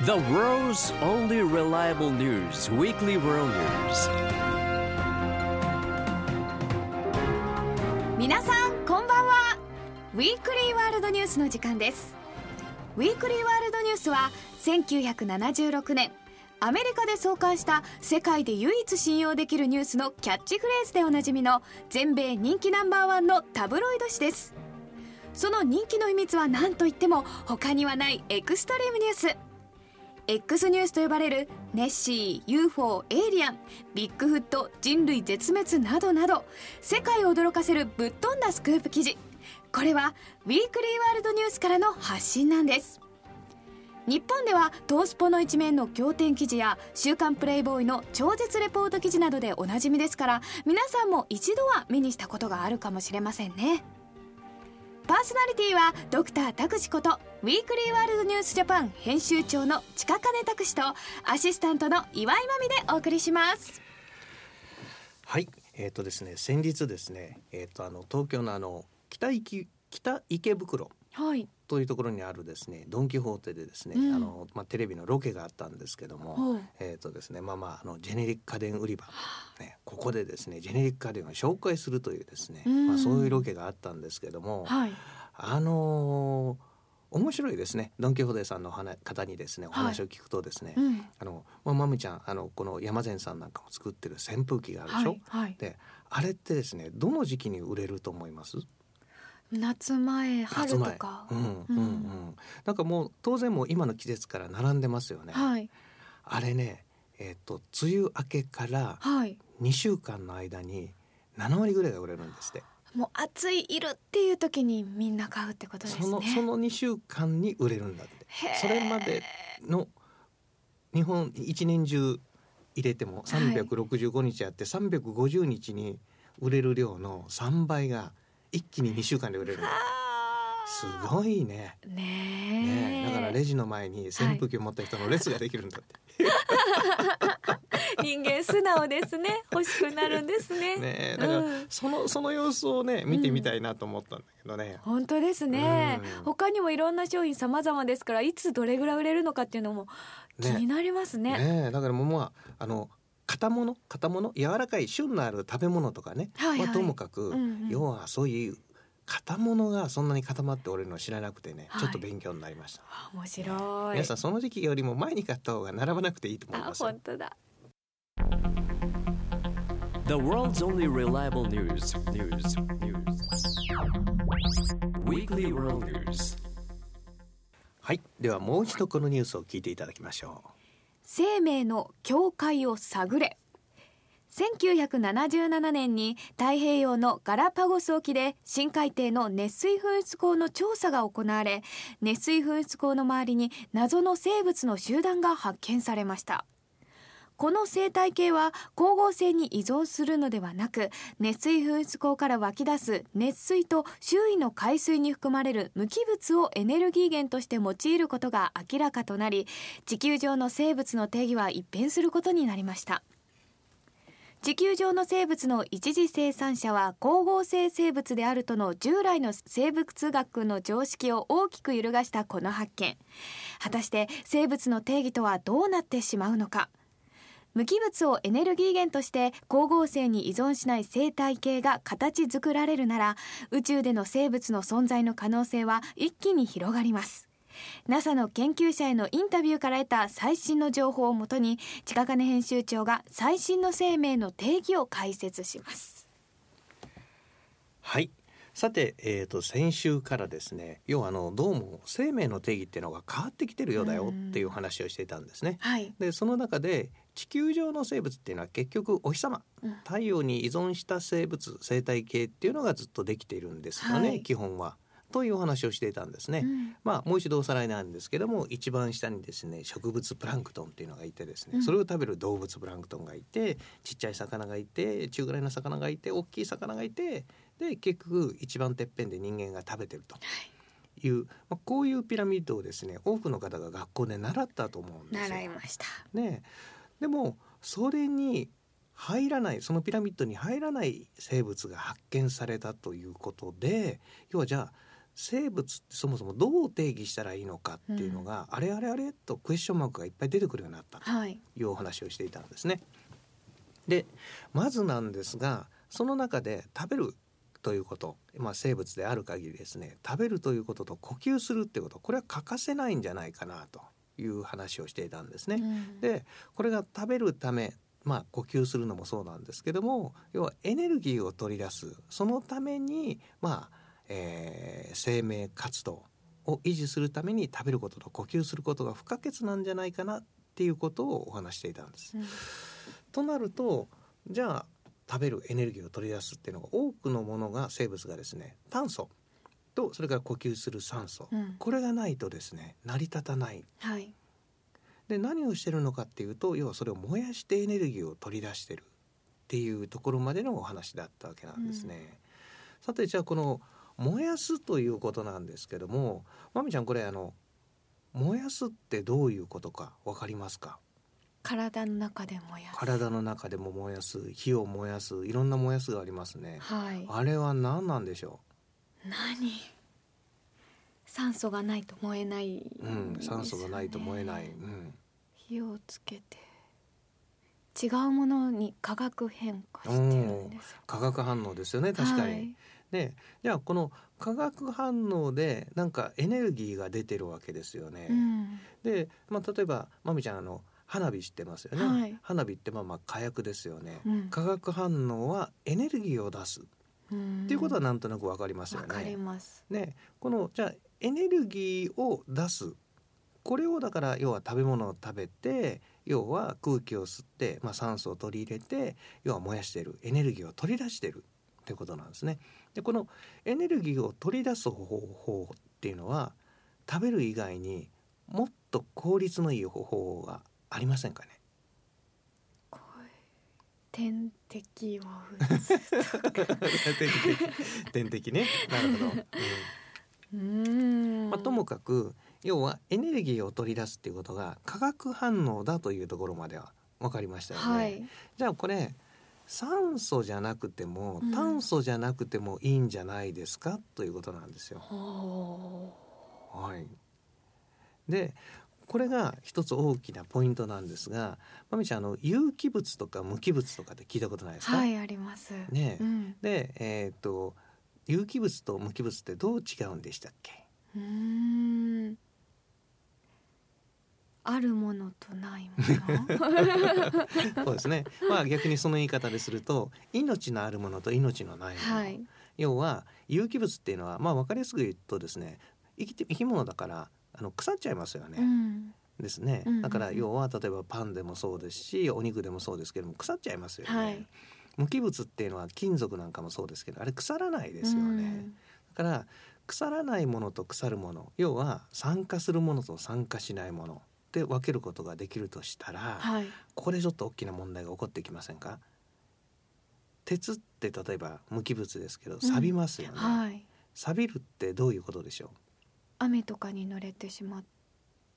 The world's only reliable news. Weekly World News. 皆さんこんばんは。ウィークリーワールドニュースの時間です。ウィークリーワールドニュースは1976年アメリカで創刊した世界で唯一信用できるニュースのキャッチフレーズでおなじみの全米人気ナンバーワンのタブロイド紙です。その人気の秘密は何といっても他にはないエクストリームニュース。X ニュースと呼ばれるネッシー、UFO、エイリアン、ビッグフット、人類絶滅などなど世界を驚かせるぶっ飛んだスクープ記事。これはウィークリーワールドニュースからの発信なんです。日本ではトースポの一面の仰天記事や週刊プレイボーイの超絶レポート記事などでおなじみですから、皆さんも一度は目にしたことがあるかもしれませんね。パーソナリティはドクター拓司ことウィークリーワールドニュースジャパン編集長の近金拓司とアシスタントの岩井真美でお送りします。 はいですね、先日ですね、東京の北池袋というところにあるですね、ドン・キホーテでですね、テレビのロケがあったんですけども、ですね、ジェネリック家電売り場、ね、ここでですねジェネリック家電を紹介するというですね、そういうロケがあったんですけども、面白いですね。ドン・キホーテさんの方にですねお話を聞くとですね、マムちゃんこの山善さんなんかも作ってる扇風機があるでしょ、であれってですねどの時期に売れると思います？ 夏前、春とか、 なんかもう当然もう今の季節から並んでますよね、あれね、梅雨明けから2週間の間に7割ぐらいが売れるんですって。 もう暑いいるっていう時にみんな買うってことですね。 その2週間に売れるんだって。それまでの日本一年中入れても365日あって、350日に売れる量の3倍が一気に2週間で売れる。すごいね。ねえ、だからレジの前に扇風機を持った人の列ができるんだって、 人間素直ですね。欲しくなるんですね。 ねえ、だから、その様子をね見てみたいなと思ったんだけどね、 本当ですね、他にもいろんな商品様々ですから、いつどれぐらい売れるのかっていうのも気になりますね。 だからもう型物柔らかい旬のある食べ物とかね、ともかく、要はそういう型物がそんなに固まっておるのを知らなくてね、ちょっと勉強になりました。 面白い。 皆さんその時期よりも前に買った方が並ばなくていいと思いますよ。 本当だ。 The world's only reliable news. Weekly World News. はい、ではもう一度このニュースを聞いていただきましょう。 生命の境界を探れ。1977年に太平洋のガラパゴス沖で深海底の熱水噴出口の調査が行われ、熱水噴出口の周りに謎の生物の集団が発見されました。この生態系は光合成に依存するのではなく、熱水噴出口から湧き出す熱水と周囲の海水に含まれる無機物をエネルギー源として用いることが明らかとなり、地球上の生物の定義は一変することになりました。地球上の生物の一次生産者は光合成生物であるとの従来の生物学の常識を大きく揺るがしたこの発見。果たして生物の定義とはどうなってしまうのか。無機物をエネルギー源として光合成に依存しない生態系が形作られるなら、宇宙での生物の存在の可能性は一気に広がります。NASA の研究者へのインタビューから得た最新の情報をもとに、近金編集長が最新の生命の定義を解説します。 はい、さて、先週からですね、要はどうも生命の定義っていうのが変わってきてるようだよっていう話をしていたんですね。でその中で地球上の生物っていうのは結局お日様、太陽に依存した生物生態系っていうのがずっとできているんですよね、基本は。というお話をしていたんですね。もう一度おさらいなんですけども、一番下にですね植物プランクトンっていうのがいてですね、それを食べる動物プランクトンがいて、ちっちゃい魚がいて、中ぐらいの魚がいて、大きい魚がいて、で結局一番てっぺんで人間が食べてるという、こういうピラミッドをですね多くの方が学校で習ったと思うんですよ。 習いましたね。でもそれに入らない、そのピラミッドに入らない生物が発見されたということで、要はじゃあ生物ってそもそもどう定義したらいいのかっていうのが、あれとクエスチョンマークがいっぱい出てくるようになったというお話をしていたんですね。でまずなんですが、その中で食べるということ、生物である限りですね、食べるということと呼吸するっていうこと、これは欠かせないんじゃないかなという話をしていたんですね。でこれが食べるため、呼吸するのもそうなんですけども、要はエネルギーを取り出す、そのために生命活動を維持するために食べることと呼吸することが不可欠なんじゃないかなっていうことをお話していたんです。となると、じゃあ食べるエネルギーを取り出すっていうのが、多くのものが生物がですね、炭素とそれから呼吸する酸素、これがないとですね成り立たない、で何をしてるのかっていうと、要はそれを燃やしてエネルギーを取り出してるっていうところまでのお話だったわけなんですね。さてじゃあこの燃やすということなんですけども、まみちゃんこれ燃やすってどういうことか分かりますか？ 体の中で燃やす。 体の中でも燃やす、火を燃やす、いろんな燃やすがありますね。あれは何なんでしょう？ 酸素がないと燃えない、 酸素がないと燃えない、 火をつけて違うものに化学変化してるんです。 化学反応ですよね、確かに。でじゃあこの化学反応でなんかエネルギーが出てるわけですよね。で、例えばまみちゃん花火知ってますよね。花火って火薬ですよね。化学反応はエネルギーを出すっていうことはなんとなくわかりますよね。 わかりますね。このじゃあエネルギーを出す、これをだから要は食べ物を食べて、要は空気を吸って、酸素を取り入れて、要は燃やしているエネルギーを取り出しているってことなんですね。でこのエネルギーを取り出す方法っていうのは、食べる以外にもっと効率のいい方法がありませんかね？ 点滴を打つとか点滴ね。なるほど。ともかく要はエネルギーを取り出すっていうことが化学反応だというところまでは分かりましたよね。じゃあこれ酸素じゃなくても炭素じゃなくてもいいんじゃないですか、ということなんですよ。でこれが一つ大きなポイントなんですが、まみちゃん有機物とか無機物とかって聞いたことないですか？ ありますね。で有機物と無機物ってどう違うんでしたっけ？ あるものとないものそうですね。逆にその言い方ですると、命のあるものと命のないもの、要は有機物っていうのは分かりやすく言うとですね、生き物だから腐っちゃいますよね。ですね。だから要は例えばパンでもそうですし、お肉でもそうですけども腐っちゃいますよね。無機物っていうのは金属なんかもそうですけど、あれ腐らないですよね。だから腐らないものと腐るもの、要は酸化するものと酸化しないもので分けることができるとしたら、ここでちょっと大きな問題が起こってきませんか？鉄って例えば無機物ですけど錆びますよね。錆びるってどういうことでしょう？ 雨とかに濡れてしまって、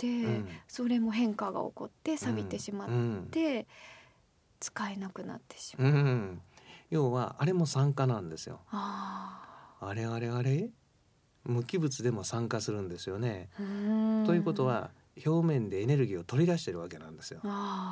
それも変化が起こって錆びてしまって、使えなくなってしまう、 要はあれも酸化なんですよ。あれ無機物でも酸化するんですよね。ということは表面でエネルギーを取り出してるわけなんですよ。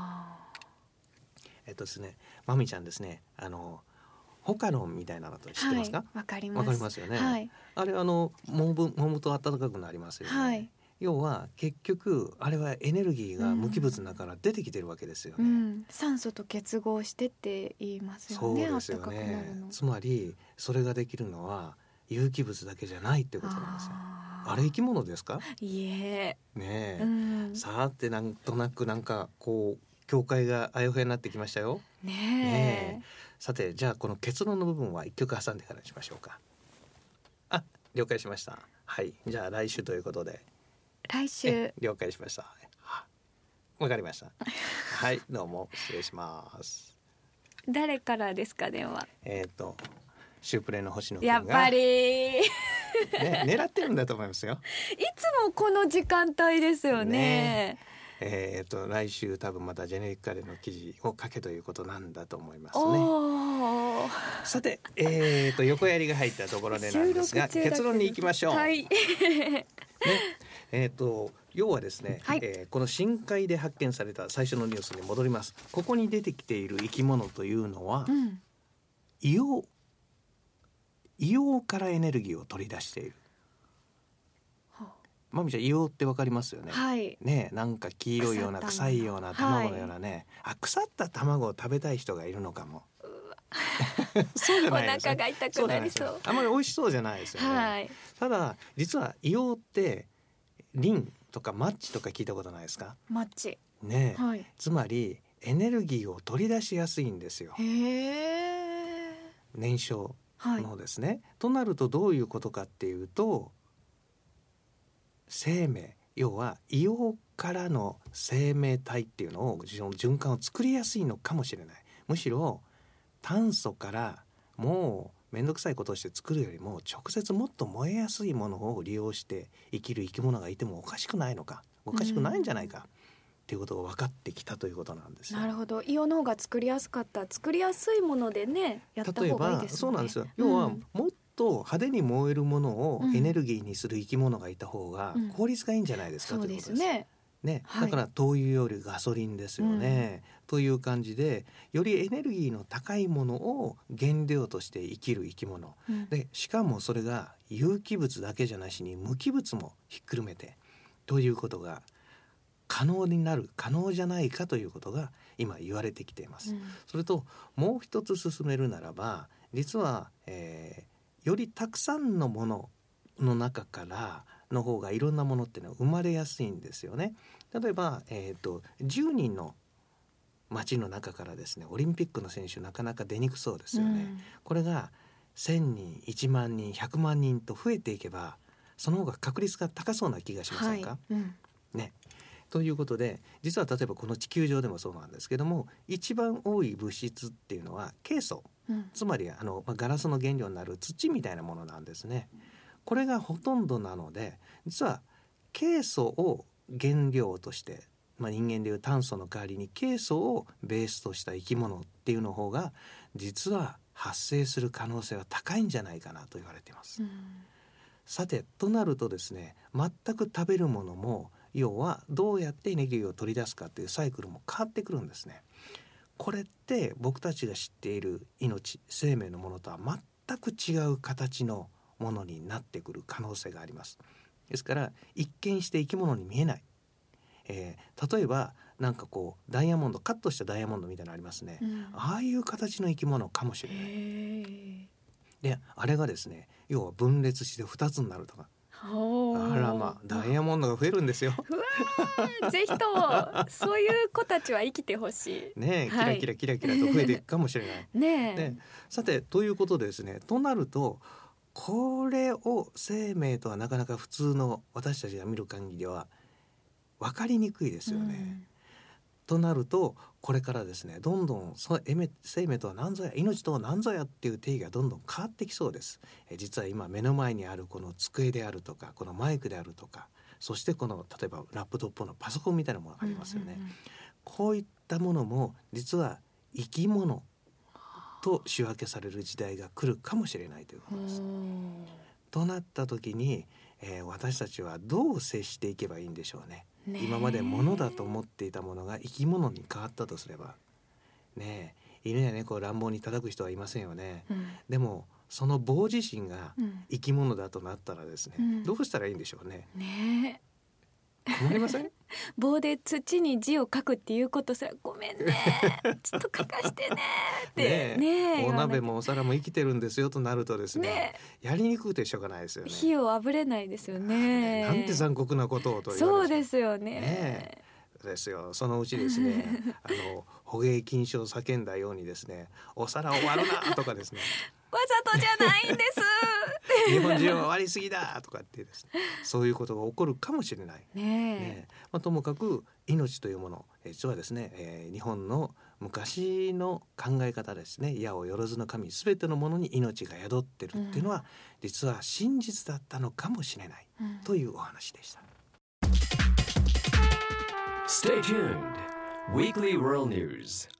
ですね、まみちゃんですね、ホカロンみたいなのと知ってますか？ わかります。 わかりますよね。あれ揉むと暖かくなりますよね。要は結局あれはエネルギーが無機物の中から出てきてるわけですよね。 酸素と結合してって言いますよね。 そうですよね。つまりそれができるのは有機物だけじゃないってことなんですよ。あれ生き物ですか？ いえ。 さてなんとなく境界があやふやになってきましたよ。さてじゃあこの結論の部分は一曲挟んでからにしましょうか。了解しました。じゃあ来週ということで。 来週。 了解しました。わかりました。どうも失礼します。 誰からですか、電話？ シュープレの星野くんがやっぱり狙ってるんだと思いますよ。 いつもこの時間帯ですよね。 来週多分またジェネリックカレーの記事を書けということなんだと思いますね。さて、横やりが入ったところでなんですが結論に行きましょう。 はいね、要はですね、この深海で発見された最初のニュースに戻ります。ここに出てきている生き物というのは、硫黄からエネルギーを取り出している。まみちゃん硫黄ってわかりますよね。ね、なんか黄色いような臭いような卵のようなね、腐った卵を食べたい人がいるのかも。そうじゃないですね。 お腹が痛くなりそう。 あまり美味しそうじゃないですよね。ただ実は硫黄ってリンとかマッチとか聞いたことないですか？ マッチね、つまりエネルギーを取り出しやすいんですよ。燃焼のですね、となるとどういうことかっていうと、生命、要は硫黄からの生命体っていうのを循環を作りやすいのかもしれない。むしろ炭素からもうめんどくさいことをして作るよりも直接もっと燃えやすいものを利用して生きる生き物がいてもおかしくないのか、おかしくないんじゃないかっていうことが分かってきたということなんですよ。 なるほど。硫黄の方が作りやすかった、作りやすいものでねやった方がいいですよね。例えばそうなんですよ。要はもっと派手に燃えるものをエネルギーにする生き物がいた方が効率がいいんじゃないですか、ということです。ね、だから灯油よりガソリンですよね、という感じでよりエネルギーの高いものを原料として生きる生き物、でしかもそれが有機物だけじゃなしに無機物もひっくるめてということが可能になる、可能じゃないかということが今言われてきています。それともう一つ進めるならば、実は、よりたくさんのものの中からの方がいろんなものっていうのは生まれやすいんですよね。例えば、10人の町の中からですね、オリンピックの選手なかなか出にくそうですよね、これが1000人、1万人、100万人と増えていけばその方が確率が高そうな気がしませんか？ね。ということで、実は例えばこの地球上でもそうなんですけども、一番多い物質っていうのはケイ素、つまりガラスの原料になる土みたいなものなんですね。これがほとんどなので、実はケイ素を原料として、人間でいう炭素の代わりにケイ素をベースとした生き物っていうの方が実は発生する可能性は高いんじゃないかなと言われています。さて、となるとですね、全く食べるものも要はどうやってエネルギーを取り出すかっていうサイクルも変わってくるんですね。これって僕たちが知っている命、生命のものとは全く違う形のものになってくる可能性があります。ですから一見して生き物に見えない、例えばなんかこうダイヤモンド、カットしたダイヤモンドみたいなのありますね、ああいう形の生き物かもしれない。であれがですね、要は分裂して2つになるとか、あらダイヤモンドが増えるんですよ。 ぜひともそういう子たちは生きてほしいね、キラキラキラキラと増えていくかもしれないね。さて、ということでですね、となるとこれを生命とはなかなか普通の私たちが見る限りでは分かりにくいですよね、となるとこれからですね、どんどん生命とは何ぞや、命とは何ぞやっていう定義がどんどん変わってきそうです。実は今目の前にあるこの机であるとか、このマイクであるとか、そしてこの例えばラップトップのパソコンみたいなものがありますよね、こういったものも実は生き物と仕分けされる時代が来るかもしれないということです。となった時に、私たちはどう接していけばいいんでしょうね。今まで物だと思っていたものが生き物に変わったとすればね、犬や猫を乱暴に叩く人はいませんよね、でもその棒自身が生き物だとなったらですね、どうしたらいいんでしょうね。困りません？ 棒で土に字を書くっていうことさら、ごめんねちょっと書かしてねってね、 お鍋もお皿も生きてるんですよとなるとですね、やりにくくてしょうがないですよね。 火をあぶれないですよね。 なんて残酷なことをと言われる。 そうですよね。 ですよ。そのうちですね捕鯨禁止を叫んだようにですね、お皿を割るなとかですねわざとじゃないんです日本人は割りすぎだとかってですね、そういうことが起こるかもしれないね。ともかく命というもの、実はですね、日本の昔の考え方ですね、矢をよろずの神、すべてのものに命が宿ってるっていうのは、実は真実だったのかもしれない、というお話でした。 Stay tuned. Weekly World News.